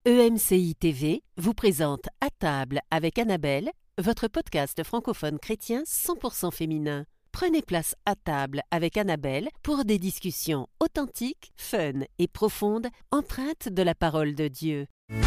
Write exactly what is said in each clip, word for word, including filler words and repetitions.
E M C I T V vous présente À table avec Annabelle, votre podcast francophone chrétien cent pour cent féminin. Prenez place à table avec Annabelle pour des discussions authentiques, fun et profondes, empreintes de la parole de Dieu.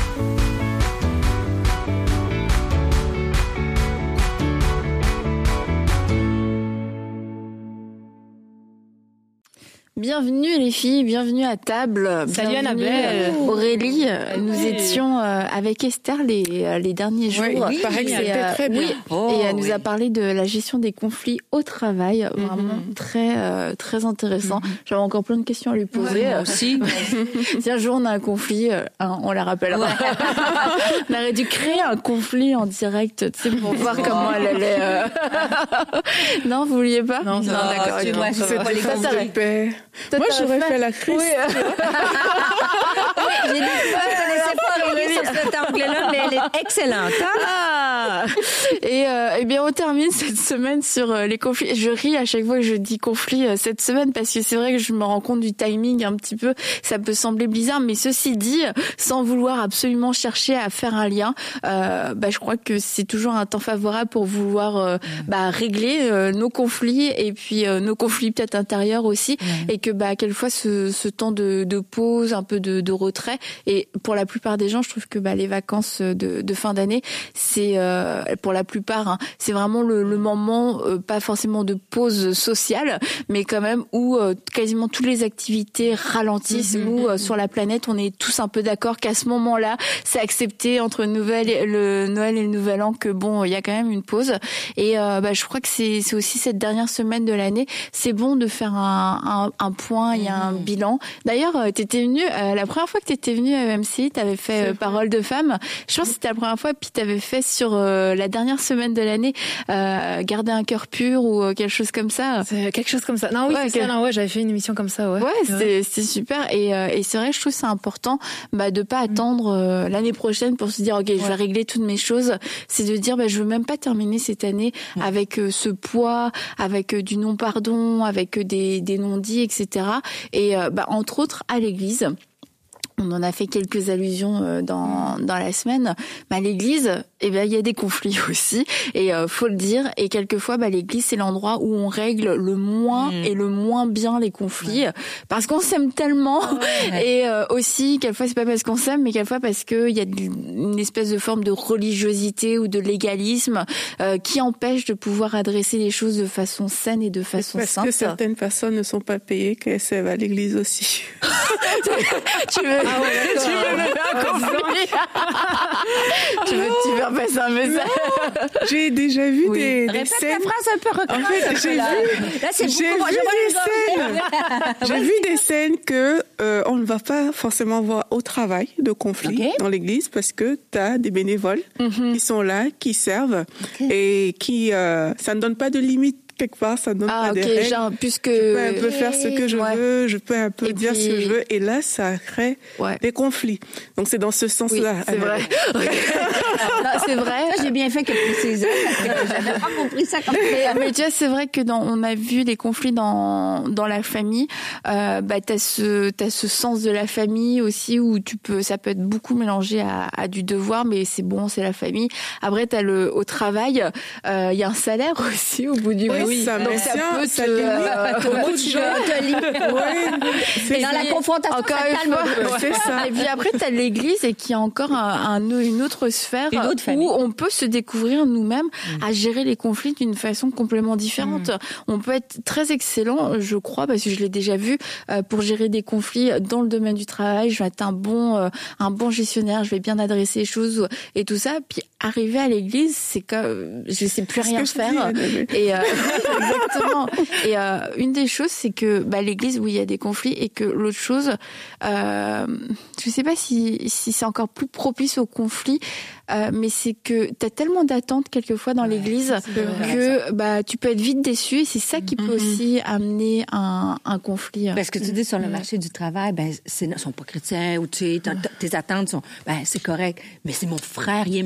Bienvenue les filles, bienvenue à table. Salut bienvenue Annabelle. Aurélie, nous oui. étions avec Esther les, les derniers jours. Oui, il paraît que c'était euh, très bien. Oui. Oh, et elle oui. nous a parlé de la gestion des conflits au travail, mm-hmm. vraiment très euh, très intéressant. Mm-hmm. J'avais encore plein de questions à lui poser. Ouais, moi aussi. Si un jour on a un conflit, euh, hein, on la rappellera. Ouais. On aurait dû créer un conflit en direct, tu sais, pour voir oh. comment elle allait. Euh... non, vous vouliez pas? Non, non, d'accord. Tu vois, c'est pas les conflits de paix. Toi, moi, j'aurais fait, fait la crise. Oui. J'ai dit que je ne connaissais pas Aurélie sur cet angle-là, mais elle est excellente. Hein? Ah. Et, euh, eh bien, on termine cette semaine sur euh, les conflits. Je ris à chaque fois que je dis conflit euh, cette semaine parce que c'est vrai que je me rends compte du timing un petit peu. Ça peut sembler bizarre, mais ceci dit, sans vouloir absolument chercher à faire un lien, euh, bah, je crois que c'est toujours un temps favorable pour vouloir euh, bah, régler euh, nos conflits et puis euh, nos conflits peut-être intérieurs aussi. Mmh. Et que bah quelquefois ce, ce temps de, de pause, un peu de, de retrait, et pour la plupart des gens, je trouve que bah les vacances de, de fin d'année, c'est euh, pour la plupart, hein, c'est vraiment le, le moment, euh, pas forcément de pause sociale, mais quand même où euh, quasiment toutes les activités ralentissent, mmh, où euh, sur la planète, on est tous un peu d'accord qu'à ce moment-là, c'est accepté entre Noël et le Noël et le Nouvel An que bon, il y a quand même une pause. Et euh, bah je crois que c'est c'est aussi cette dernière semaine de l'année, c'est bon de faire un, un un point, il y a un mmh. bilan. D'ailleurs, tu étais venue, euh, la première fois que tu étais venue à E M C I, tu avais fait euh, Parole de femme. Je pense que c'était la première fois, puis tu avais fait sur euh, la dernière semaine de l'année, euh, Garder un cœur pur ou euh, quelque chose comme ça. C'est quelque chose comme ça. Non, oui, ouais, c'est que... ça. Non, ouais, j'avais fait une émission comme ça, ouais. Ouais, c'était, c'était super. Et, euh, et c'est vrai, je trouve que c'est important bah, de pas attendre euh, l'année prochaine pour se dire, OK, ouais. je vais régler toutes mes choses. C'est de dire, bah, je veux même pas terminer cette année ouais. avec euh, ce poids, avec euh, du non-pardon, avec euh, des, des non-dits, et cetera. Et euh, bah, entre autres à l'église, on en a fait quelques allusions euh, dans dans la semaine. Bah l'église, eh ben il y a des conflits aussi, et euh, faut le dire. Et quelquefois, bah l'église c'est l'endroit où on règle le moins mmh. et le moins bien les conflits, ouais. parce qu'on s'aime tellement. Oh, ouais. Et euh, aussi, quelquefois c'est pas parce qu'on s'aime, mais quelquefois parce que il y a une espèce de forme de religiosité ou de légalisme euh, qui empêche de pouvoir adresser les choses de façon saine et de façon parce sainte. Parce que certaines personnes ne sont pas payées, qu'elles servent à l'église aussi. Tu veux Ah ouais, tu veux me faire un conflit? Tu veux te faire passer un message? Non, j'ai déjà vu oui. des, des Répète scènes. la phrase un peu recrue. En fait, j'ai là. vu, là, c'est j'ai beaucoup, vu des scènes. J'ai vu des scènes que euh, on ne va pas forcément voir au travail de conflit okay. dans l'église parce que tu as des bénévoles mm-hmm. qui sont là, qui servent okay. et qui euh, ça ne donne pas de limite. Quelque part, ça donne ah, pas okay, des règles. Genre, puisque... Je peux un peu faire ce que je ouais. veux, je peux un peu et dire puis... ce que je veux, et là, ça crée ouais. des conflits. Donc, c'est dans ce sens-là. Oui, c'est vrai. non, c'est vrai. Ça, j'ai bien fait qu'elle précise. J'avais pas compris ça comme ça. Mais tu vois, c'est vrai que dans, on a vu les conflits dans, dans la famille. Euh, bah, t'as ce, t'as ce sens de la famille aussi où tu peux, ça peut être beaucoup mélangé à, à du devoir, mais c'est bon, c'est la famille. Après, t'as le, au travail, il euh, y a un salaire aussi au bout du mois. Oui, ça, donc ça peut ça te, euh, beaucoup de gens. Ouais, et dans la confrontation, encore ça une calme fois, c'est ça. Et puis après, t'as l'église et qui a encore un, un, une autre sphère une autre où on peut se découvrir nous-mêmes mmh. à gérer les conflits d'une façon complètement différente. Mmh. On peut être très excellent, je crois, parce que je l'ai déjà vu, euh, pour gérer des conflits dans le domaine du travail. Je vais être un bon, euh, un bon gestionnaire, je vais bien adresser les choses et tout ça. Puis arriver à l'église, c'est que je sais plus rien faire. Et euh, exactement. Et euh, une des choses, c'est que bah, l'église, où il y a des conflits, et que l'autre chose, euh, je sais pas si, si c'est encore plus propice aux conflits, euh, mais c'est que t'as tellement d'attentes quelquefois dans ouais, l'église que bah tu peux être vite déçu, et c'est ça qui peut mm-hmm. aussi amener un, un conflit. Parce que tu dis sur le marché du travail, ben c'est, ils sont pas chrétiens, ou tu sais, tes attentes sont, ben c'est correct, mais c'est mon frère, il aime Jésus,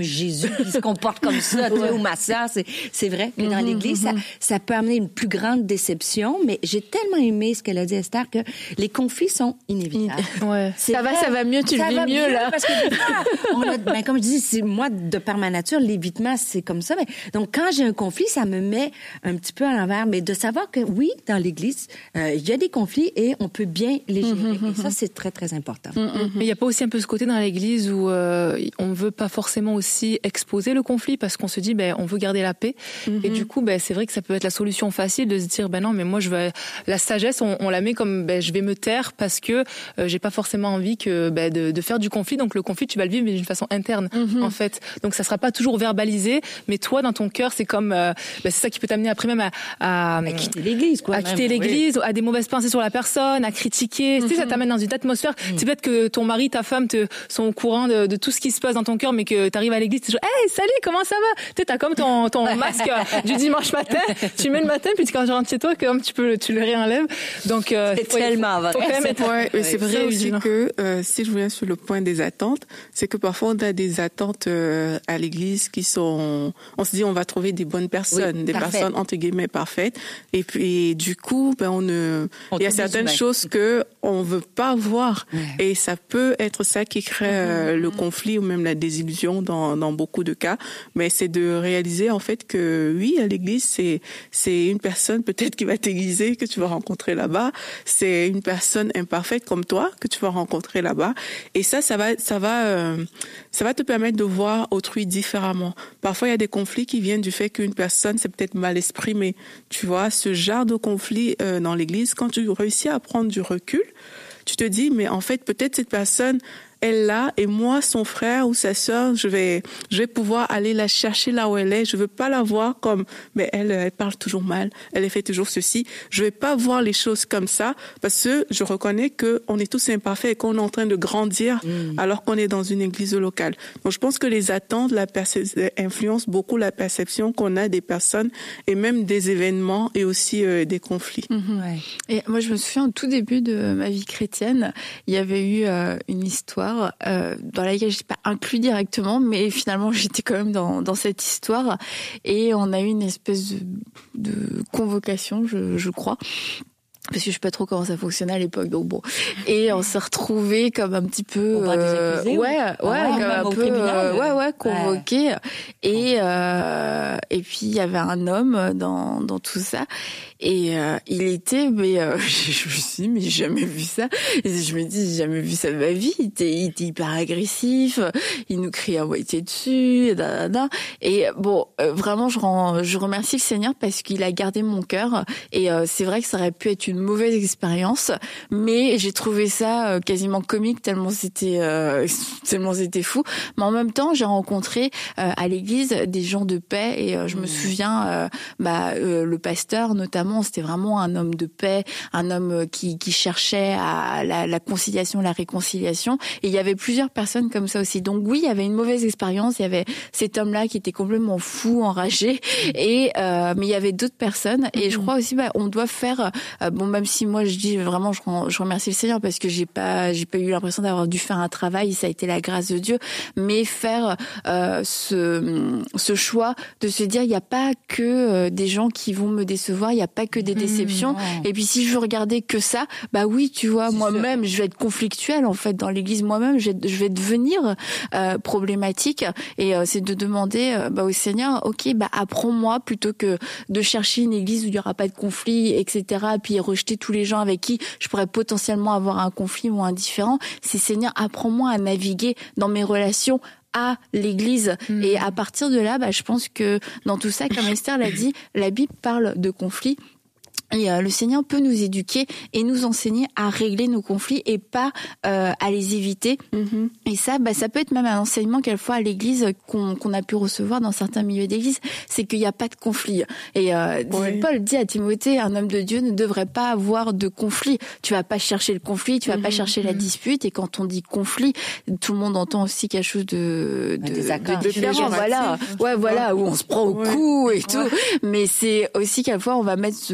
Jésus qui se comporte comme ça, tu sais, ou ma sœur. C'est, c'est vrai que dans Mm-hmm, l'Église, mm-hmm. ça, ça peut amener une plus grande déception, mais j'ai tellement aimé ce qu'elle a dit, Esther, que les conflits sont inévitables. Ouais. C'est Ça va, vrai. ça va mieux, tu Ça le vis va mieux, bien, là. Parce que, des fois, on a, ben, comme je dis, c'est moi, de par ma nature, l'évitement, c'est comme ça. Mais, donc, quand j'ai un conflit, ça me met un petit peu à l'envers. Mais de savoir que, oui, dans l'Église, euh, il y a des conflits et on peut bien les gérer. Mm-hmm. Et ça, c'est très, très important. Mais il n'y a pas aussi un peu ce côté dans l'Église où euh, on ne veut pas forcément aussi exposer le conflit parce qu'on se dit ben on veut garder la paix. Mm-hmm. Et du coup, ben c'est vrai que ça peut être la solution facile de se dire ben non, mais moi je veux la sagesse, on, on la met comme ben je vais me taire parce que euh, j'ai pas forcément envie que ben de, de faire du conflit. Donc le conflit, tu vas le vivre mais d'une façon interne Mm-hmm. en fait. Donc ça sera pas toujours verbalisé, mais toi dans ton cœur, c'est comme euh, ben, c'est ça qui peut t'amener après même à à, À quitter l'Église, quoi. à même. quitter l'Église, à des mauvaises pensées sur la personne, à critiquer. Tu sais, ça t'amène dans une atmosphère. C'est peut-être que ton mari, ta femme te, sont au courant de, de tout ce qui se passe dans ton cœur, mais que t'arrives à l'église, t'es genre, hey, salut, comment ça va? Tu sais, t'as comme ton, ton masque du dimanche matin, tu mets le matin, puis quand tu rentres chez toi, comme tu peux, tu le réenlèves. Donc, euh, C'est faut- tellement vrai. faut quand même être- Ouais, mais c'est très vrai aussi vigilant. que euh, si je reviens sur le point des attentes, c'est que parfois on a des attentes euh, à l'église qui sont, on se dit on va trouver des bonnes personnes, Oui, des parfaites. personnes entre guillemets parfaites, et puis et du coup ben on ne, On il y a trouve des certaines humains. choses que on veut pas voir, Ouais. et ça peut être ça qui crée euh, le conflit ou même la désillusion dans dans beaucoup de cas, mais c'est de réaliser en fait que oui à l'église c'est c'est une personne peut-être qui va t'aiguiser que tu vas rencontrer là-bas, c'est une personne imparfaite comme toi que tu vas rencontrer là-bas, et ça ça va ça va euh, ça va te permettre de voir autrui différemment. Parfois il y a des conflits qui viennent du fait qu'une personne s'est peut-être mal exprimée, tu vois, ce genre de conflit euh, dans l'église, quand tu réussis à prendre du recul, tu te dis mais en fait peut-être cette personne elle là et moi son frère ou sa sœur, je vais je vais pouvoir aller la chercher là où elle est, je veux pas la voir comme mais elle elle parle toujours mal, elle fait toujours ceci, je vais pas voir les choses comme ça parce que je reconnais que on est tous imparfaits et qu'on est en train de grandir mmh. alors qu'on est dans une église locale. Donc je pense que les attentes la perce- influencent beaucoup la perception qu'on a des personnes et même des événements et aussi euh, des conflits. Mmh. Ouais. Et moi je me souviens au tout début de ma vie chrétienne, il y avait eu euh, une histoire Euh, dans laquelle je n'étais pas inclus directement, mais finalement j'étais quand même dans, dans cette histoire et on a eu une espèce de, de convocation, je, je crois. Parce que je sais pas trop comment ça fonctionnait à l'époque, donc bon. Et on s'est retrouvés comme un petit peu, On va euh, des accusés, ouais, ou... ouais, ah, comme même un au peu, tribunal, euh, ouais, ouais, ouais. convoqués. Et euh, et puis il y avait un homme dans dans tout ça. Et euh, il était, mais euh, je me suis dit, mais j'ai jamais vu ça. Et je me dis, j'ai jamais vu ça de ma vie. Il était, il était hyper agressif. Il nous criait à moitié dessus. Et, da, da, da. Et bon, euh, vraiment, je, rends, je remercie le Seigneur parce qu'il a gardé mon cœur. Et euh, c'est vrai que ça aurait pu être une mauvaise expérience, mais j'ai trouvé ça euh, quasiment comique tellement c'était, euh, tellement c'était fou. Mais en même temps, j'ai rencontré euh, à l'église des gens de paix. Et euh, je me souviens, euh, bah, euh, le pasteur notamment. C'était vraiment un homme de paix, un homme qui, qui cherchait à la, la conciliation, la réconciliation. Et il y avait plusieurs personnes comme ça aussi. Donc oui, il y avait une mauvaise expérience. Il y avait cet homme-là qui était complètement fou, enragé. Et euh, mais il y avait d'autres personnes. Et je crois aussi, bah, on doit faire. Euh, bon, même si moi je dis vraiment, je, je remercie le Seigneur parce que j'ai pas, j'ai pas eu l'impression d'avoir dû faire un travail. Ça a été la grâce de Dieu. Mais faire euh, ce, ce choix de se dire, il n'y a pas que euh, des gens qui vont me décevoir. Il y a pas que des déceptions. Mmh, et puis si je veux regarder que ça, bah oui, tu vois, c'est moi-même, sûr. Je vais être conflictuelle en fait dans l'église. Moi-même, je vais, je vais devenir euh, problématique. Et euh, c'est de demander euh, bah, au Seigneur, ok, bah apprends-moi plutôt que de chercher une église où il y aura pas de conflit, et cetera. Puis rejeter tous les gens avec qui je pourrais potentiellement avoir un conflit ou un différend. C'est Seigneur, apprends-moi à naviguer dans mes relations à l'église. Mmh. Et à partir de là, bah, je pense que dans tout ça, comme Esther l'a dit, la Bible parle de conflit. Et euh, le Seigneur peut nous éduquer et nous enseigner à régler nos conflits et pas euh, à les éviter. Mm-hmm. Et ça, bah, ça peut être même un enseignement quelquefois à l'église qu'on, qu'on a pu recevoir dans certains milieux d'église, c'est qu'il n'y a pas de conflit. Et euh, oui. Paul dit à Timothée, un homme de Dieu ne devrait pas avoir de conflit. Tu vas pas chercher le conflit, tu vas mm-hmm. pas chercher la dispute. Et quand on dit conflit, tout le monde entend aussi quelque chose de, de, de, de différent. Voilà, ouais, voilà, où on se prend au ouais. cou et tout. Ouais. Mais c'est aussi quelquefois on va mettre ce conflit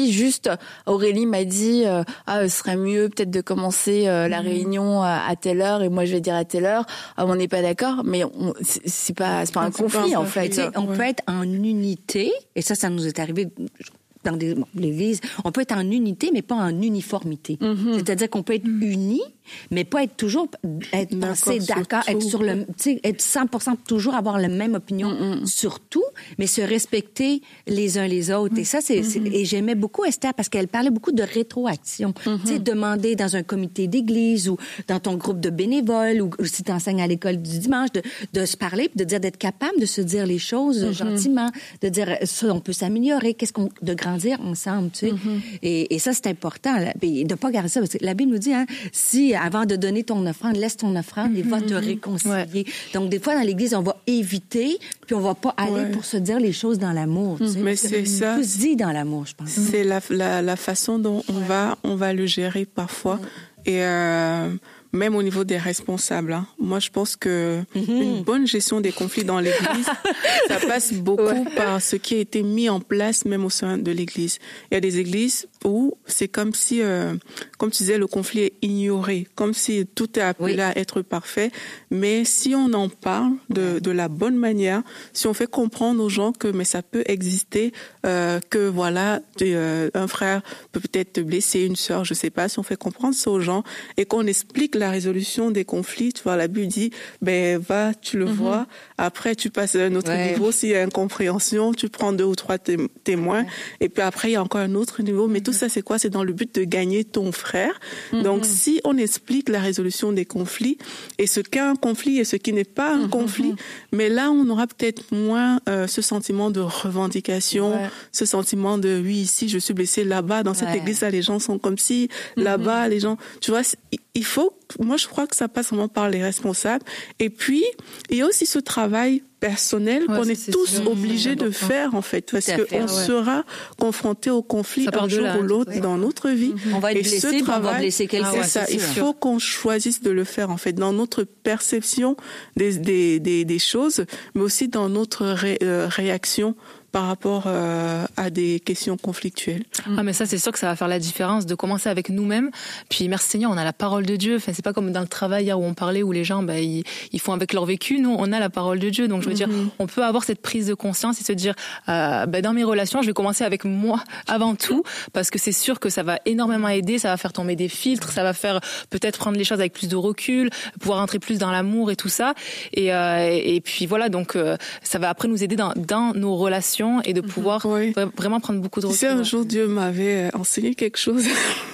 conflit. Juste, Aurélie m'a dit, euh, ah, ce serait mieux peut-être de commencer euh, la mmh. réunion à, à telle heure et moi je vais dire à telle heure. Ah, on n'est pas d'accord, mais on, c'est, c'est pas, c'est pas un c'est conflit pas en fait. fait. On ouais. peut être en unité, et ça, ça nous est arrivé dans des, bon, l'église. On peut être en unité, mais pas en uniformité. Mm-hmm. C'est-à-dire qu'on peut être mm. unis, mais pas être toujours être pensé d'accord, être sur le, tu sais, être cent pour cent toujours avoir la même opinion mm-hmm. sur tout, mais se respecter les uns les autres. Mm-hmm. Et ça, c'est, mm-hmm. c'est, et j'aimais beaucoup Esther parce qu'elle parlait beaucoup de rétroaction. Mm-hmm. Tu sais, demander dans un comité d'église ou dans ton groupe de bénévoles ou, ou si tu enseignes à l'école du dimanche, de, de se parler, de dire d'être capable de se dire les choses mm-hmm. gentiment, de dire ça, on peut s'améliorer, qu'est-ce qu'on de grandir ensemble, tu sais. Mm-hmm. Et, et ça, c'est important. Là, et de pas garder ça parce que la Bible nous dit, hein, si avant de donner ton offrande, laisse ton offrande et va te réconcilier. Ouais. Donc, des fois, dans l'Église, on va éviter, puis on va pas aller ouais. pour se dire les choses dans l'amour. Tu sais, mais c'est ça. Tout se dit dans l'amour, je pense. C'est la, la, la façon dont on, ouais. va, on va le gérer parfois. Ouais. Et euh, même au niveau des responsables. Hein. Moi, je pense que mm-hmm. une bonne gestion des conflits dans l'Église, ça passe beaucoup ouais. par ce qui a été mis en place même au sein de l'Église. Il y a des églises où c'est comme si, euh, comme tu disais, le conflit est ignoré, comme si tout est appelé oui. à être parfait. Mais si on en parle de, de la bonne manière, si on fait comprendre aux gens que mais ça peut exister, euh, que voilà, euh, un frère peut peut-être te blesser, une sœur, je sais pas, si on fait comprendre ça aux gens et qu'on explique la résolution des conflits, tu vois, la Bible dit, ben va, tu le mm-hmm. vois, après tu passes à un autre ouais. niveau, s'il y a incompréhension, tu prends deux ou trois té- témoins, ouais. et puis après il y a encore un autre niveau, mais mm-hmm. tout ça c'est quoi? C'est dans le but de gagner ton frère. Mm-hmm. Donc si on explique la résolution des conflits et ce qu'est un conflit et ce qui n'est pas un mm-hmm. conflit, mais là on aura peut-être moins euh, ce sentiment de revendication, ouais. ce sentiment de oui ici je suis blessé, là-bas dans cette ouais. église là les gens sont comme si, mm-hmm. là-bas les gens, tu vois, il faut, moi je crois que ça passe vraiment par les responsables. Et puis il y a aussi ce travail personnel ouais, qu'on est, est tous sûr, obligés de faire en fait, parce qu'on ouais. sera confronté au conflit un jour là, ou l'autre ouais. dans notre vie. Mm-hmm. On va être et blessé, ce travail, on va blesser quelqu'un. C'est ah ouais, ça. C'est il sûr. faut qu'on choisisse de le faire en fait dans notre perception des des des, des choses, mais aussi dans notre ré, euh, réaction par rapport euh, à des questions conflictuelles. Ah mais ça c'est sûr que ça va faire la différence de commencer avec nous-mêmes. Puis merci Seigneur, on a la parole de Dieu. Enfin c'est pas comme dans le travail hier où on parlait où les gens bah ils, ils font avec leur vécu. Nous on a la parole de Dieu. Donc je veux mm-hmm. dire on peut avoir cette prise de conscience et se dire euh, bah, dans mes relations je vais commencer avec moi avant tout parce que c'est sûr que ça va énormément aider. Ça va faire tomber des filtres. Ça va faire peut-être prendre les choses avec plus de recul, pouvoir entrer plus dans l'amour et tout ça. Et euh, et puis voilà donc euh, ça va après nous aider dans dans nos relations et de pouvoir oui. vraiment prendre beaucoup de recul. Tu sais, un jour, Dieu m'avait enseigné quelque chose.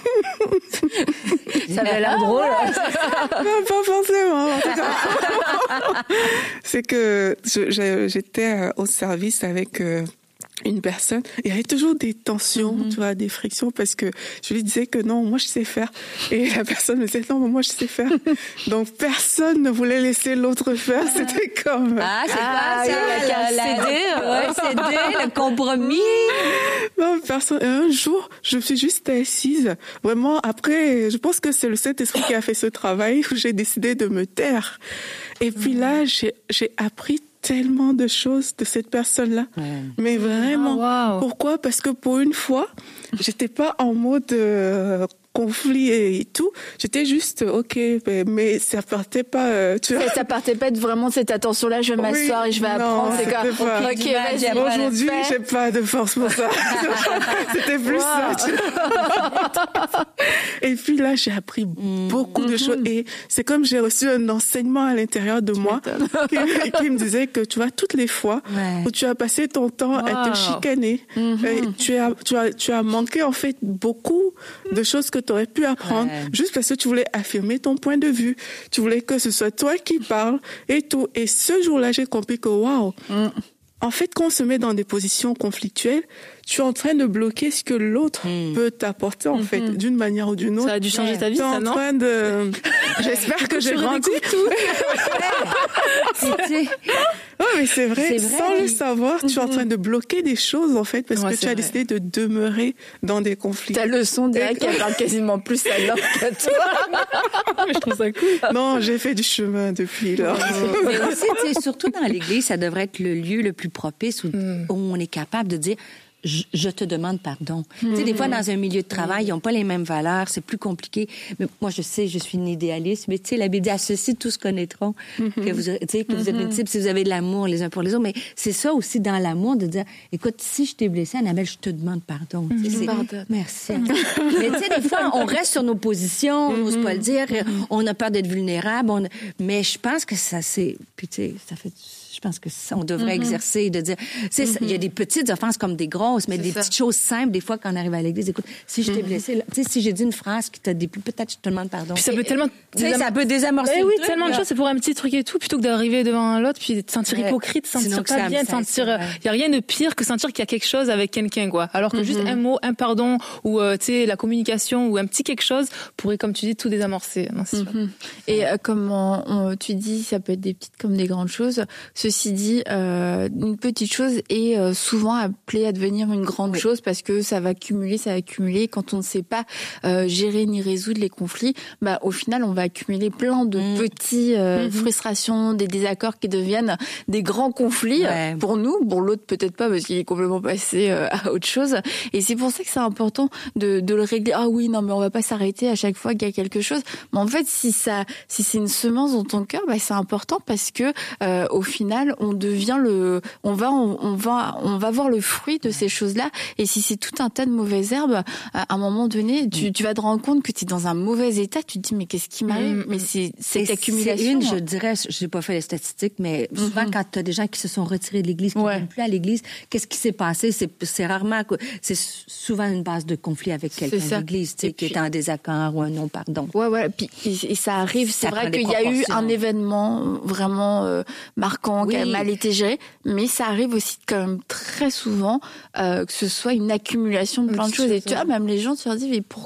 Ça avait l'air drôle. Non, pas forcément. En tout cas. C'est que je, j'étais au service avec une personne, il y avait toujours des tensions, mm-hmm. tu vois, des frictions, parce que je lui disais que non, moi je sais faire. Et la personne me disait non, moi je sais faire. Donc personne ne voulait laisser l'autre faire, c'était comme... Ah, c'est ah, pas ça, la, la, la, céder, ouais, céder, le compromis. Non, personne. Et un jour, je me suis juste assise. Vraiment, après, je pense que c'est le Saint-Esprit qui a fait ce travail où j'ai décidé de me taire. Et puis mm. là, j'ai, j'ai appris tellement de choses de cette personne-là. Ouais. Mais vraiment. Oh, wow. Pourquoi? Parce que pour une fois, j'étais pas en mode euh, conflit et tout. J'étais juste, ok, mais, mais ça partait pas, euh, tu vois. Ça partait pas de vraiment cette attention-là, je vais m'asseoir oui, et je vais non, apprendre. C'est comme, pas. ok, vas-y. Aujourd'hui, j'ai pas de force pour ça. C'était plus wow. ça. Tu vois. Et puis là, j'ai appris mmh. beaucoup de mmh. choses. Et c'est comme j'ai reçu un enseignement à l'intérieur de moi qui, qui me disait que, tu vois, toutes les fois ouais. où tu as passé ton temps wow. à te chicaner, mmh. tu as, tu as, tu as manqué, en fait, beaucoup de choses que tu aurais pu apprendre ouais. juste parce que tu voulais affirmer ton point de vue. Tu voulais que ce soit toi qui parles et tout. Et ce jour-là, j'ai compris que, waouh, mmh. en fait, quand on se met dans des positions conflictuelles, tu es en train de bloquer ce que l'autre mmh. peut t'apporter, en mmh. fait, d'une manière ou d'une autre. Ça a dû changer ouais. ta vie, ça, non? en train de... J'espère que j'ai grandi. tout. Oui, mais c'est vrai. C'est vrai. Sans le savoir, tu es en train de bloquer des choses, en fait, parce ouais, que tu as vrai. décidé de demeurer dans des conflits. Ta leçon, direct, qu'elle parle quasiment plus à l'homme qu'à toi. Mais je trouve ça cool. Non, j'ai fait du chemin depuis, là. Mais aussi, surtout dans l'Église, ça devrait être le lieu le plus propice où, mm. où on est capable de dire... je, je te demande pardon. Mm-hmm. Tu sais, des fois, dans un milieu de travail, ils n'ont pas les mêmes valeurs, c'est plus compliqué. Mais moi, je sais, je suis une idéaliste, mais tu sais, la Bible dit, à ceux-ci, tous connaîtront mm-hmm. que vous, tu sais, que vous êtes une type si vous avez de l'amour les uns pour les autres. Mais c'est ça aussi dans l'amour de dire, écoute, si je t'ai blessé, Annabelle, je te demande pardon. Mm-hmm. Tu sais, pardon. Merci. Mais tu sais, des fois, on reste sur nos positions, on n'ose mm-hmm. pas le dire, mm-hmm. on a peur d'être vulnérable, on... mais je pense que ça, c'est, puis tu sais, ça fait... Je pense que ça, on devrait mm-hmm. exercer de dire, tu sais, mm-hmm. il y a des petites offenses comme des grosses, mais c'est des ça. petites choses simples. Des fois, quand on arrive à l'église, écoute, si je t'ai mm-hmm. blessé, tu sais, si j'ai dit une phrase qui t'a déplu, peut-être je te demande pardon. Puis ça peut tellement, tu sais, ça peut désamorcer. Eh oui, truc, tellement là. de choses. C'est pour un petit truc et tout, plutôt que d'arriver devant l'autre, puis de se sentir ouais. hypocrite, de se sentir pas bien, de sentir. Il y a rien de pire que sentir qu'il y a quelque chose avec quelqu'un, quoi. Alors que mm-hmm. juste un mot, un pardon, ou euh, tu sais, la communication, ou un petit quelque chose pourrait, comme tu dis, tout désamorcer. Non, c'est mm-hmm. Et euh, comme on, on, tu dis, ça peut être des petites comme des grandes choses. Ceci dit. Euh, Euh, une petite chose est euh, souvent appelée à devenir une grande oui. chose parce que ça va cumuler, ça va cumuler. Quand on ne sait pas euh, gérer ni résoudre les conflits, bah au final on va accumuler plein de mmh. petits euh, mmh. frustrations, des désaccords qui deviennent des grands conflits ouais. pour nous. Pour l'autre peut-être pas parce qu'il est complètement passé euh, à autre chose. Et c'est pour ça que c'est important de, de le régler. Ah oui, non mais on va pas s'arrêter à chaque fois qu'il y a quelque chose. Mais en fait, si ça, si c'est une semence dans ton cœur, bah c'est important parce que euh, au final on devient le, on va, on, on va, on va voir le fruit de ces choses-là. Et si c'est tout un tas de mauvaises herbes, à un moment donné, tu, tu vas te rendre compte que tu es dans un mauvais état. Tu te dis mais qu'est-ce qui m'arrive ? Mais c'est cette accumulation. C'est une, je dirais, je n'ai pas fait les statistiques, mais souvent mm-hmm. quand tu as des gens qui se sont retirés de l'Église, qui ne ouais. viennent plus à l'Église, qu'est-ce qui s'est passé ? C'est, c'est rarement, c'est souvent une base de conflit avec quelqu'un de l'Église, tu sais, qui est en désaccord ou un non pardon. Ouais, ouais. Puis et, et ça arrive. C'est ça vrai qu'il y a eu un événement vraiment euh, marquant oui. qui a mal été géré. Mais ça arrive aussi quand même très souvent euh, que ce soit une accumulation de plein oui, de choses. Et tu vois, même les gens, tu leur dis, mais pourquoi ?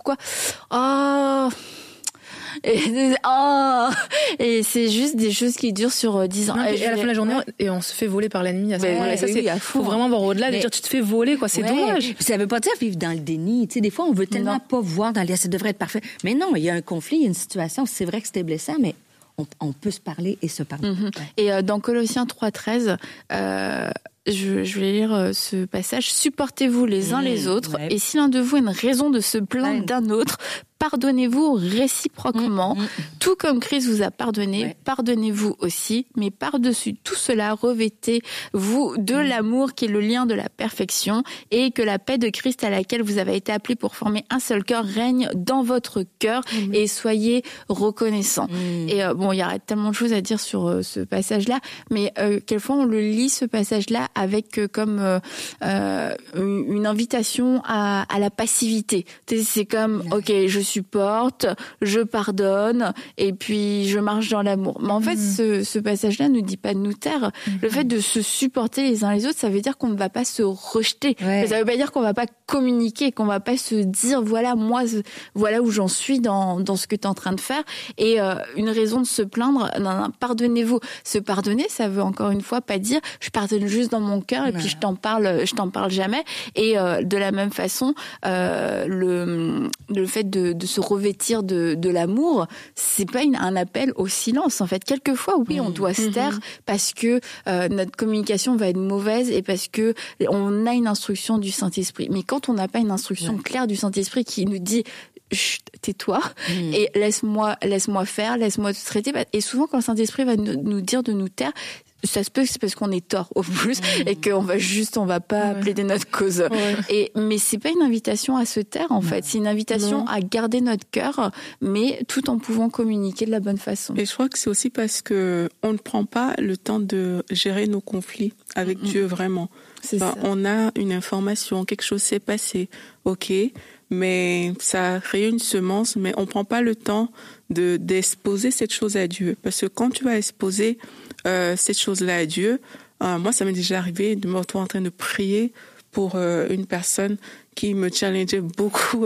Oh et, oh et c'est juste des choses qui durent sur dix ans. Non, et, et à la fin de la journée, et on se fait voler par l'ennemi. À ce moment-là. Ça, oui, c'est, faut vraiment voir au-delà. Mais, de dire, tu te fais voler, quoi. C'est ouais. dommage. Ça veut pas dire vivre dans le déni. Tu sais, des fois, on veut tellement non. pas voir dans le, ça devrait être parfait. Mais non, il y a un conflit, il y a une situation. C'est vrai que c'était blessant, mais on, on peut se parler et se parler. Mm-hmm. Ouais. Et euh, dans Colossiens trois treize, euh, je, je vais lire euh, ce passage. Supportez-vous les uns mmh, les autres, ouais. et si l'un de vous a une raison de se plaindre ouais. d'un autre, pardonnez-vous réciproquement, mmh, mmh. tout comme Christ vous a pardonné, ouais. pardonnez-vous aussi, mais par-dessus tout cela, revêtez-vous de mmh. l'amour qui est le lien de la perfection, et que la paix de Christ à laquelle vous avez été appelés pour former un seul cœur règne dans votre cœur, mmh. et soyez reconnaissants. Mmh. Et euh, bon, il y aurait tellement de choses à dire sur euh, ce passage-là, mais euh, quelquefois on le lit, ce passage-là, avec euh, comme euh, euh, une invitation à, à la passivité. C'est comme, ok, je supporte, je pardonne, et puis je marche dans l'amour. Mais en fait, mmh. ce, ce passage-là ne dit pas de nous taire. Mmh. Le fait de se supporter les uns les autres, ça veut dire qu'on ne va pas se rejeter. Ouais. Ça veut pas dire qu'on va pas communiquer, qu'on va pas se dire, voilà, moi, voilà où j'en suis dans, dans ce que tu es en train de faire. Et euh, une raison de se plaindre, non, non, pardonnez-vous. Se pardonner, ça veut encore une fois pas dire, je pardonne juste dans mon cœur, et ouais. puis je t'en parle, je t'en parle jamais. Et euh, de la même façon, euh, le, le fait de, de se revêtir de, de l'amour, c'est pas une, un appel au silence. En fait, quelquefois, oui, mmh. on doit se taire mmh. parce que euh, notre communication va être mauvaise et parce que on a une instruction du Saint-Esprit. Mais quand on n'a pas une instruction ouais. claire du Saint-Esprit qui nous dit chut, tais-toi mmh. et laisse-moi, laisse-moi faire, laisse-moi te traiter. Et souvent, quand le Saint-Esprit va nous, nous dire de nous taire, ça se peut que c'est parce qu'on est tort au plus mmh. et qu'on va juste, on va pas ouais. plaider notre cause. Ouais. Et mais c'est pas une invitation à se taire en non. fait, c'est une invitation non. à garder notre cœur, mais tout en pouvant communiquer de la bonne façon. Et je crois que c'est aussi parce que on ne prend pas le temps de gérer nos conflits avec mmh. Dieu vraiment. C'est enfin, ça. On a une information, quelque chose s'est passé, ok, mais ça a créé une semence, mais on prend pas le temps de d'exposer cette chose à Dieu, parce que quand tu vas exposer Euh, cette chose-là à Dieu. Euh, moi, ça m'est déjà arrivé de me retrouver en train de prier pour euh, une personne qui me challengeait beaucoup.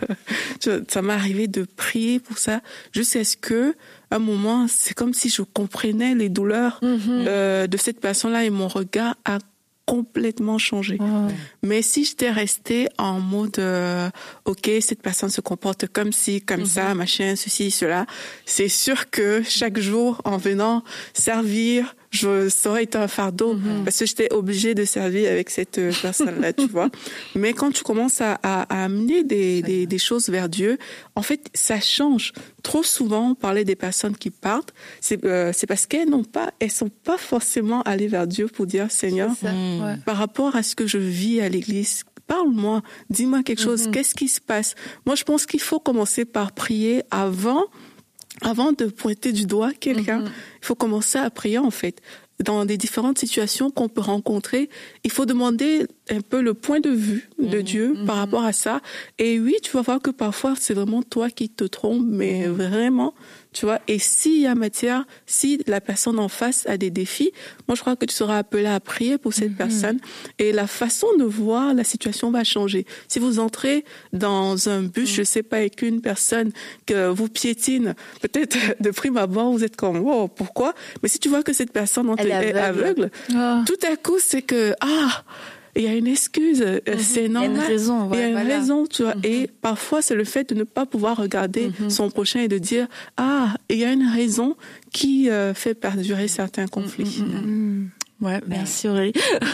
Ça m'est arrivé de prier pour ça, jusqu'à ce que, à un moment, c'est comme si je comprenais les douleurs mm-hmm. euh, de cette personne-là et mon regard a complètement changé. Oh. Mais si j'étais restée en mode euh, ok, cette personne se comporte comme ci, comme mm-hmm. ça, machin, ceci, cela, c'est sûr que chaque jour, en venant servir je, ça aurait été un fardeau mm-hmm. parce que j'étais obligée de servir avec cette personne-là, tu vois. Mais quand tu commences à, à, à amener des, des, des choses vers Dieu, en fait, ça change. Trop souvent, on parlait des personnes qui partent, c'est, euh, c'est parce qu'elles n'ont pas, elles sont pas forcément allées vers Dieu pour dire, Seigneur, mmh. ouais. par rapport à ce que je vis à l'église, parle-moi, dis-moi quelque chose, mmh. qu'est-ce qui se passe? Moi, je pense qu'il faut commencer par prier avant, avant de pointer du doigt quelqu'un. Mmh. Il faut commencer à prier, en fait. Dans des différentes situations qu'on peut rencontrer, il faut demander un peu le point de vue de mmh, Dieu mmh. par rapport à ça. Et oui, tu vas voir que parfois, c'est vraiment toi qui te trompes, mais mmh. vraiment, tu vois. Et s'il y a matière, si la personne en face a des défis, moi, je crois que tu seras appelé à prier pour cette mmh. personne. Et la façon de voir la situation va changer. Si vous entrez dans un bus, mmh. je sais pas, avec une personne que vous piétine, peut-être de prime abord, vous êtes comme, wow, pourquoi? Mais si tu vois que cette personne est aveugle, aveugle oh. tout à coup, c'est que, ah, il y a une excuse, mm-hmm. c'est normal. Il y a une raison, ouais, il y a une voilà. raison, tu vois. Mm-hmm. Et parfois, c'est le fait de ne pas pouvoir regarder mm-hmm. son prochain et de dire, ah, il y a une raison qui euh, fait perdurer certains conflits. Mm-hmm. Ouais, merci Aurélie.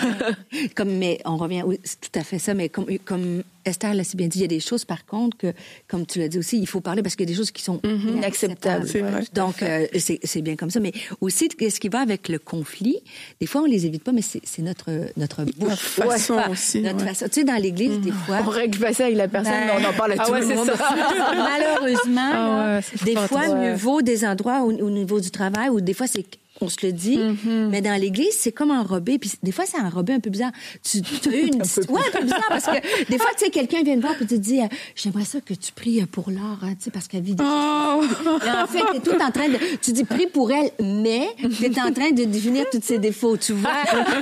Comme, mais on revient, oui, c'est tout à fait ça, mais comme, comme Esther l'a si bien dit, il y a des choses, par contre, que, comme tu l'as dit aussi, il faut parler parce qu'il y a des choses qui sont mm-hmm. inacceptables. C'est vrai. Donc, euh, c'est, c'est bien comme ça. Mais aussi, ce qui va avec le conflit, des fois, on les évite pas, mais c'est, c'est notre, notre bouche. Notre façon ouais, aussi. Notre ouais. façon. Tu sais, dans l'église, mm-hmm. des fois. On règle pas ça avec la personne, ben, mais on en parle à ah tout ouais, le monde. Malheureusement, ah ouais, des fois, ouais. mieux vaut des endroits au, au niveau du travail où des fois, c'est on se le dit, mm-hmm. mais dans l'église, c'est comme enrobé. Puis des fois, c'est enrobé un peu bizarre. Tu, tu as eu une... un ouais, un peu bizarre parce que des fois, tu sais, quelqu'un vient te voir et te dit euh, j'aimerais ça que tu pries pour Laure, hein, tu sais, parce qu'elle vit des oh. Et en fait, t'es tout en train de... Tu dis prie pour elle, mais t'es en train de définir tous ses défauts, tu vois.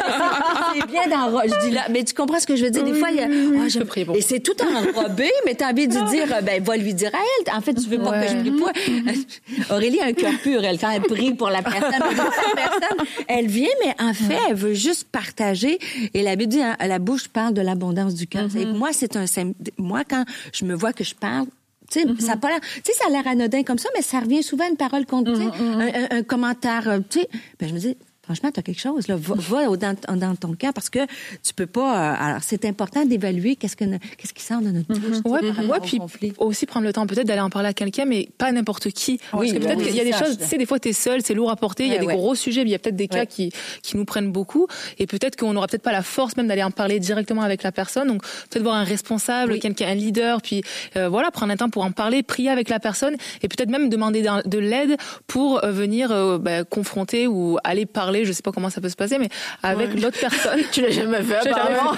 C'est bien d'enrober. Je dis là, mais tu comprends ce que je veux dire? Des fois, il y a... Oh, je prie pour et c'est tout enrobé, mais t'as envie de dire, ben, va lui dire à elle. En fait, tu veux pas ouais. que je prie pour elle. Aurélie a un cœur pur, elle, quand elle prie pour la personne. Personne, elle vient, mais en fait, elle veut juste partager. Et la Bible dit, hein, la bouche parle de l'abondance du cœur. Mm-hmm. Moi, c'est un moi quand je me vois que je parle, tu sais, mm-hmm. ça a pas l'air, tu sais, ça a l'air anodin comme ça, mais ça revient souvent à une parole qu'on, mm-hmm. un, un, un commentaire, tu sais. Ben je me dis. Franchement, tu as quelque chose, là. Va, va dans, dans ton cœur parce que tu peux pas. Euh, alors, c'est important d'évaluer qu'est-ce, que, qu'est-ce qui sort de notre bouche. Mm-hmm. Ouais, mm-hmm. ouais, puis conflit. Aussi prendre le temps peut-être d'aller en parler à quelqu'un, mais pas n'importe qui. Oui, parce que peut-être oui, qu'il y a des ça, choses, tu sais, des fois, t'es seul, c'est lourd à porter, il ouais, y a des ouais. gros sujets, mais il y a peut-être des cas ouais. qui, qui nous prennent beaucoup. Et peut-être qu'on n'aura peut-être pas la force même d'aller en parler directement avec la personne. Donc, peut-être voir un responsable, oui. quelqu'un, un leader, puis euh, voilà, prendre un temps pour en parler, prier avec la personne et peut-être même demander de l'aide pour euh, venir euh, bah, confronter ou aller parler, je sais pas comment ça peut se passer, mais avec ouais. l'autre personne. Tu l'as jamais fait, apparemment.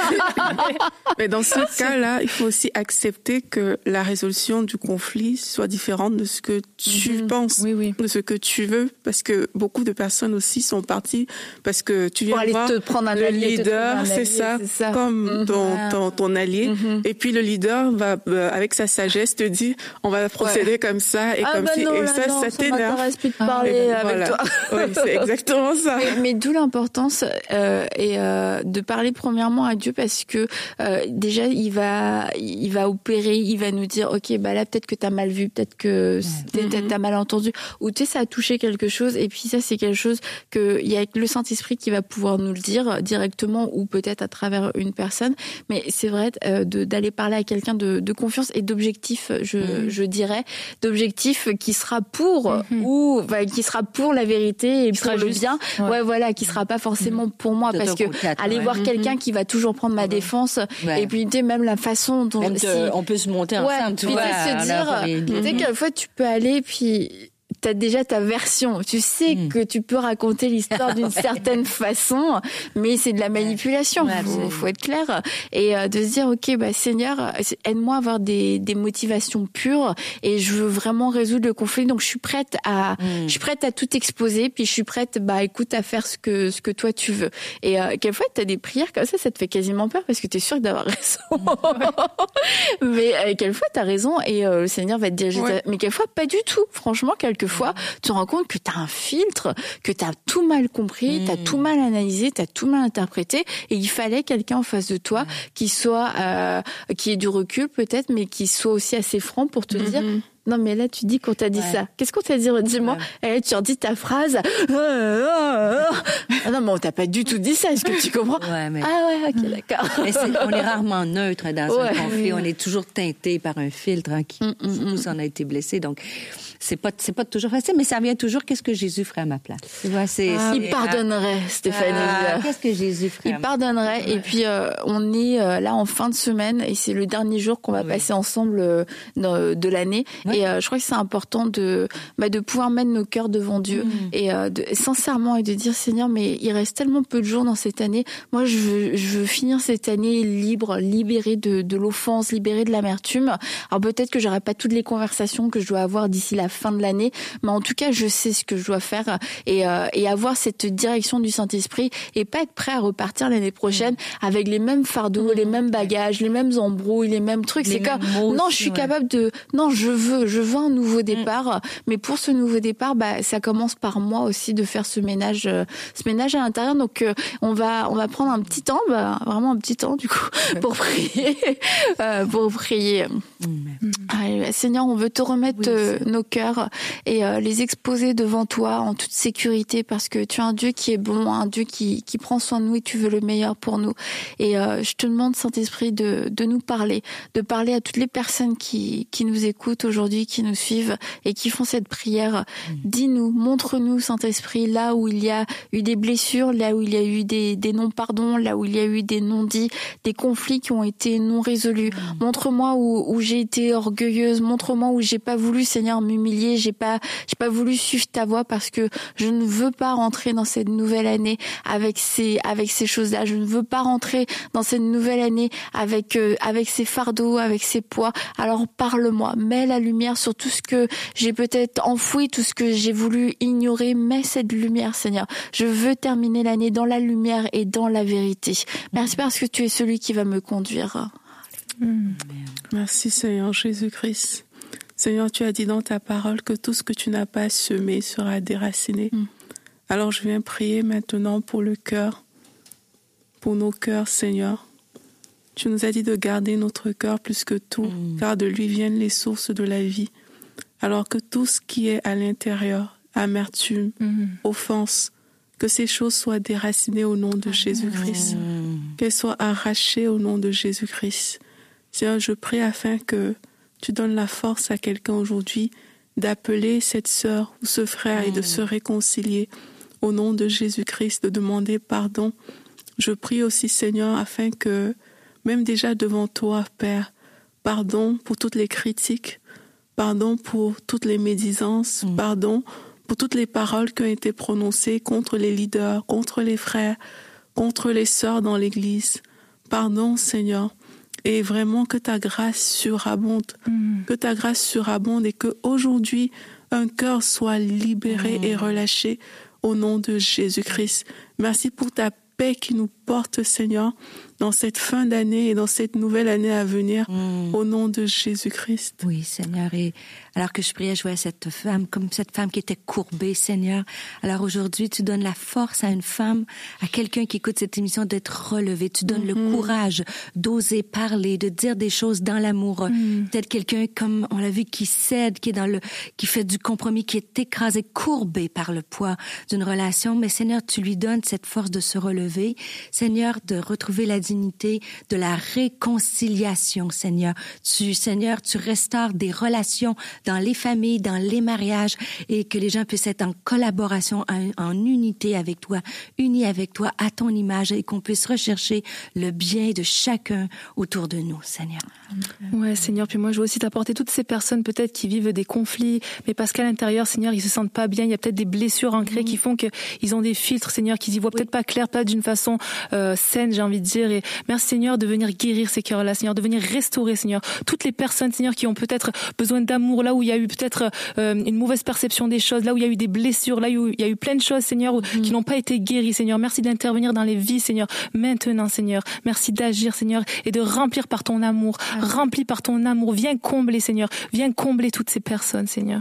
Mais dans ce cas-là, il faut aussi accepter que la résolution du conflit soit différente de ce que tu mm-hmm. penses, oui, oui. de ce que tu veux, parce que beaucoup de personnes aussi sont parties parce que tu viens pour aller voir te prendre un le allié, leader, un c'est, allié ça, c'est ça, comme mm-hmm. ton, ton, ton allié, mm-hmm. et puis le leader va, euh, avec sa sagesse, te dire, on va procéder ouais. comme ça et ah comme bah si, non, et là, ça, non, ça, ça t'énerve. m'intéresse plus de parler ah, avec voilà. toi. Oui, c'est exactement ça. Mais, mais d'où l'importance euh, et euh, de parler premièrement à Dieu parce que euh, déjà il va il va opérer, il va nous dire ok bah là peut-être que t'as mal vu, peut-être que ouais. t'as, t'as mal entendu ou tu sais ça a touché quelque chose et puis ça c'est quelque chose que il y a le Saint-Esprit qui va pouvoir nous le dire directement ou peut-être à travers une personne, mais c'est vrai euh, de, d'aller parler à quelqu'un de, de confiance et d'objectif, je, mm-hmm. je dirais d'objectif qui sera pour mm-hmm. ou enfin, qui sera pour la vérité et qui pour le juste. bien ouais. ouais voilà qui sera pas forcément pour moi, parce que aller ouais. voir mm-hmm. quelqu'un qui va toujours prendre ma défense ouais. et puis tu sais même la façon dont même si... on peut se monter ouais, ensemble, tu puis vois, se dire tu sais qu'une fois tu peux aller puis t'as déjà ta version. Tu sais mmh. que tu peux raconter l'histoire d'une ouais. certaine façon, mais c'est de la manipulation. Ouais, faut, faut être clair. Et euh, de se dire, ok, bah Seigneur, aide-moi à avoir des, des motivations pures et je veux vraiment résoudre le conflit. Donc je suis prête à, mmh. je suis prête à tout exposer. Puis je suis prête, bah écoute, à faire ce que ce que toi tu veux. Et euh, quelquefois t'as des prières comme ça, ça te fait quasiment peur parce que t'es sûr d'avoir raison. Ouais. Mais euh, quelquefois t'as raison et euh, le Seigneur va te diriger. Ouais. Mais quelquefois pas du tout. Franchement, quelquefois fois, tu te rends compte que tu as un filtre, que tu as tout mal compris, mmh. tu as tout mal analysé, tu as tout mal interprété et il fallait quelqu'un en face de toi mmh. qui soit euh, qui ait du recul peut-être mais qui soit aussi assez franc pour te mmh. dire Non, mais là, tu dis qu'on t'a dit ouais. ça. Qu'est-ce qu'on t'a dit? Dis-moi. Ouais. Et là, tu redis ta phrase. Ah non, mais on t'a pas du tout dit ça. Est-ce que tu comprends? Ouais, mais... Ah ouais, ok, d'accord. Mais on est rarement neutre dans ouais. un conflit. On est toujours teinté par un filtre hein, qui, mm, mm, nous, on a été blessés. Donc, c'est pas, c'est pas toujours facile, mais ça vient toujours. Qu'est-ce que Jésus ferait à ma place? Tu vois, c'est, ah, c'est, il pardonnerait, ah, Stéphanie. Ah, qu'est-ce que Jésus ferait? Il pardonnerait. Ouais. Et puis, euh, on est euh, là en fin de semaine et c'est le dernier jour qu'on va oui. passer ensemble euh, de, de l'année. Oui. Et euh, je crois que c'est important de, bah, de pouvoir mettre nos cœurs devant Dieu mmh. et euh, de, sincèrement et de dire Seigneur, mais il reste tellement peu de jours dans cette année. Moi, je veux, je veux finir cette année libre, libérée de, de l'offense, libérée de l'amertume. Alors peut-être que j'aurai pas toutes les conversations que je dois avoir d'ici la fin de l'année, mais en tout cas, je sais ce que je dois faire et, euh, et avoir cette direction du Saint-Esprit et pas être prêt à repartir l'année prochaine mmh. avec les mêmes fardeaux, mmh. les mêmes bagages, les mêmes embrouilles, les mêmes trucs. Les c'est comme mots, non, je suis ouais. capable de non, je veux, je veux un nouveau départ, mmh. mais pour ce nouveau départ, bah ça commence par moi aussi de faire ce ménage, euh, ce ménage à l'intérieur. Donc euh, on va, on va prendre un petit temps, bah, vraiment un petit temps du coup, pour prier, euh, pour prier. Mmh. Allez, Seigneur, on veut te remettre oui, euh, nos cœurs et euh, les exposer devant toi en toute sécurité parce que tu es un Dieu qui est bon, un Dieu qui qui prend soin de nous et tu veux le meilleur pour nous. Et euh, je te demande, Saint-Esprit, de de nous parler, de parler à toutes les personnes qui qui nous écoutent aujourd'hui, qui nous suivent et qui font cette prière. Mmh. Dis-nous, montre-nous, Saint-Esprit, là où il y a eu des blessures, là où il y a eu des des non-pardons, là où il y a eu des non-dits, des conflits qui ont été non résolus. Mmh. Montre-moi où où j'ai été orgueilleuse, montre-moi où j'ai pas voulu, Seigneur, m'humilier, j'ai pas j'ai pas voulu suivre ta voix parce que je ne veux pas rentrer dans cette nouvelle année avec ces avec ces choses-là. Je ne veux pas rentrer dans cette nouvelle année avec euh, avec ces fardeaux, avec ces poids. Alors parle-moi, mets la lumière sur tout ce que j'ai peut-être enfoui, tout ce que j'ai voulu ignorer. Mets cette lumière, Seigneur. Je veux terminer l'année dans la lumière et dans la vérité. Merci parce que tu es celui qui va me conduire. Mmh. Merci Seigneur Jésus-Christ. Seigneur, tu as dit dans ta parole que tout ce que tu n'as pas semé sera déraciné. Mmh. Alors je viens prier maintenant pour le cœur, pour nos cœurs, Seigneur. Tu nous as dit de garder notre cœur plus que tout, mmh. car de lui viennent les sources de la vie. Alors que tout ce qui est à l'intérieur, amertume, mmh. offense, que ces choses soient déracinées au nom de Jésus-Christ, mmh. qu'elles soient arrachées au nom de Jésus-Christ. Seigneur, je prie afin que tu donnes la force à quelqu'un aujourd'hui d'appeler cette sœur ou ce frère mmh. et de se réconcilier au nom de Jésus-Christ, de demander pardon. Je prie aussi, Seigneur, afin que, même déjà devant toi, Père, pardon pour toutes les critiques, pardon pour toutes les médisances, mmh. pardon pour toutes les paroles qui ont été prononcées contre les leaders, contre les frères, contre les sœurs dans l'Église. Pardon, Seigneur. Et vraiment que ta grâce surabonde, mmh. que ta grâce surabonde et que aujourd'hui un cœur soit libéré mmh. et relâché au nom de Jésus-Christ. Merci pour ta paix qui nous porte, Seigneur, dans cette fin d'année et dans cette nouvelle année à venir, mmh. au nom de Jésus-Christ. Oui, Seigneur. Et alors que je priais, je voyais cette femme, comme cette femme qui était courbée, Seigneur. Alors aujourd'hui, tu donnes la force à une femme, à quelqu'un qui écoute cette émission, d'être relevé. Tu donnes mmh. le courage d'oser parler, de dire des choses dans l'amour. Mmh. Peut-être quelqu'un, comme on l'a vu, qui cède, qui est dans le, qui fait du compromis, qui est écrasé, courbé par le poids d'une relation. Mais Seigneur, tu lui donnes cette force de se relever. Seigneur, de retrouver la dignité de la réconciliation, Seigneur. Tu, Seigneur, tu restaures des relations dans les familles, dans les mariages, et que les gens puissent être en collaboration, en, en unité avec toi, unis avec toi, à ton image, et qu'on puisse rechercher le bien de chacun autour de nous, Seigneur. Ouais, Seigneur, puis moi je veux aussi t'apporter toutes ces personnes peut-être qui vivent des conflits, mais parce qu'à l'intérieur, Seigneur, ils se sentent pas bien, il y a peut-être des blessures ancrées mmh. qui font qu'ils ont des filtres, Seigneur, qu'ils y voient oui. peut-être pas clair, pas d'une façon euh, saine, j'ai envie de dire. Et merci, Seigneur, de venir guérir ces cœurs-là, Seigneur, de venir restaurer, Seigneur, toutes les personnes, Seigneur, qui ont peut-être besoin d'amour, là où il y a eu peut-être euh, une mauvaise perception des choses, là où il y a eu des blessures, là où il y a eu plein de choses, Seigneur, mmh. qui n'ont pas été guéries, Seigneur. Merci d'intervenir dans les vies, Seigneur, maintenant, Seigneur. Merci d'agir, Seigneur, et de remplir par ton amour, ah. rempli par ton amour. Viens combler, Seigneur. Viens combler toutes ces personnes, Seigneur.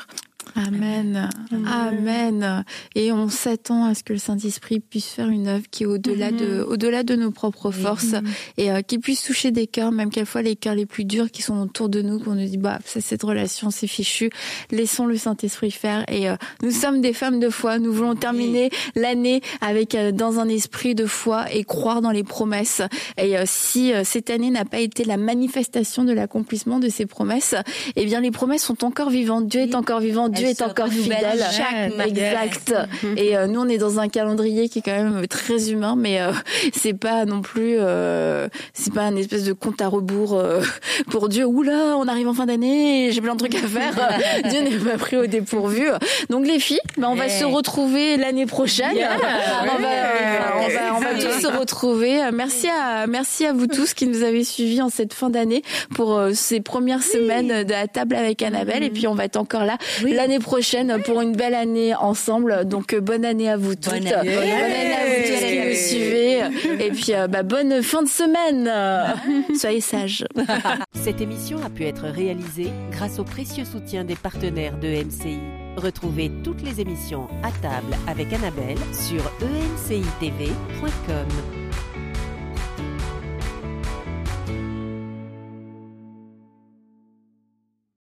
Amen. Amen. Amen. Et on s'attend à ce que le Saint-Esprit puisse faire une œuvre qui est au-delà mmh. de, au-delà de nos propres forces mmh. et euh, qui puisse toucher des cœurs, même quelquefois les cœurs les plus durs qui sont autour de nous, qu'on nous dit, bah, ça, cette relation, c'est fichu. Laissons le Saint-Esprit faire. Et euh, nous sommes des femmes de foi. Nous voulons terminer oui. l'année avec, euh, dans un esprit de foi et croire dans les promesses. Et euh, si euh, cette année n'a pas été la manifestation de l'accomplissement de ces promesses, eh bien, les promesses sont encore vivantes. Dieu est encore vivant. Dieu est encore fidèle. Chaque exact. Et euh, nous, on est dans un calendrier qui est quand même très humain, mais euh, c'est pas non plus, euh, c'est pas une espèce de compte à rebours euh, pour Dieu. Oula, on arrive en fin d'année, j'ai plein de trucs à faire. Dieu n'est pas pris au dépourvu. Donc les filles, ben, on va hey. se retrouver l'année prochaine. Yeah. On, va, on, va, on va tous se retrouver. Merci à, merci à vous tous qui nous avez suivis en cette fin d'année pour euh, ces premières semaines de la table avec Annabelle. Mm-hmm. Et puis on va être encore là oui. l'année prochaine pour une belle année ensemble. Donc euh, bonne année à vous toutes. Bonne année, bonne année à vous tous qui nous suivez. Et puis euh, bah, bonne fin de semaine. Soyez sages. Cette émission a pu être réalisée grâce au précieux soutien des partenaires de E M C I. Retrouvez toutes les émissions à table avec Annabelle sur e m c i t v point com.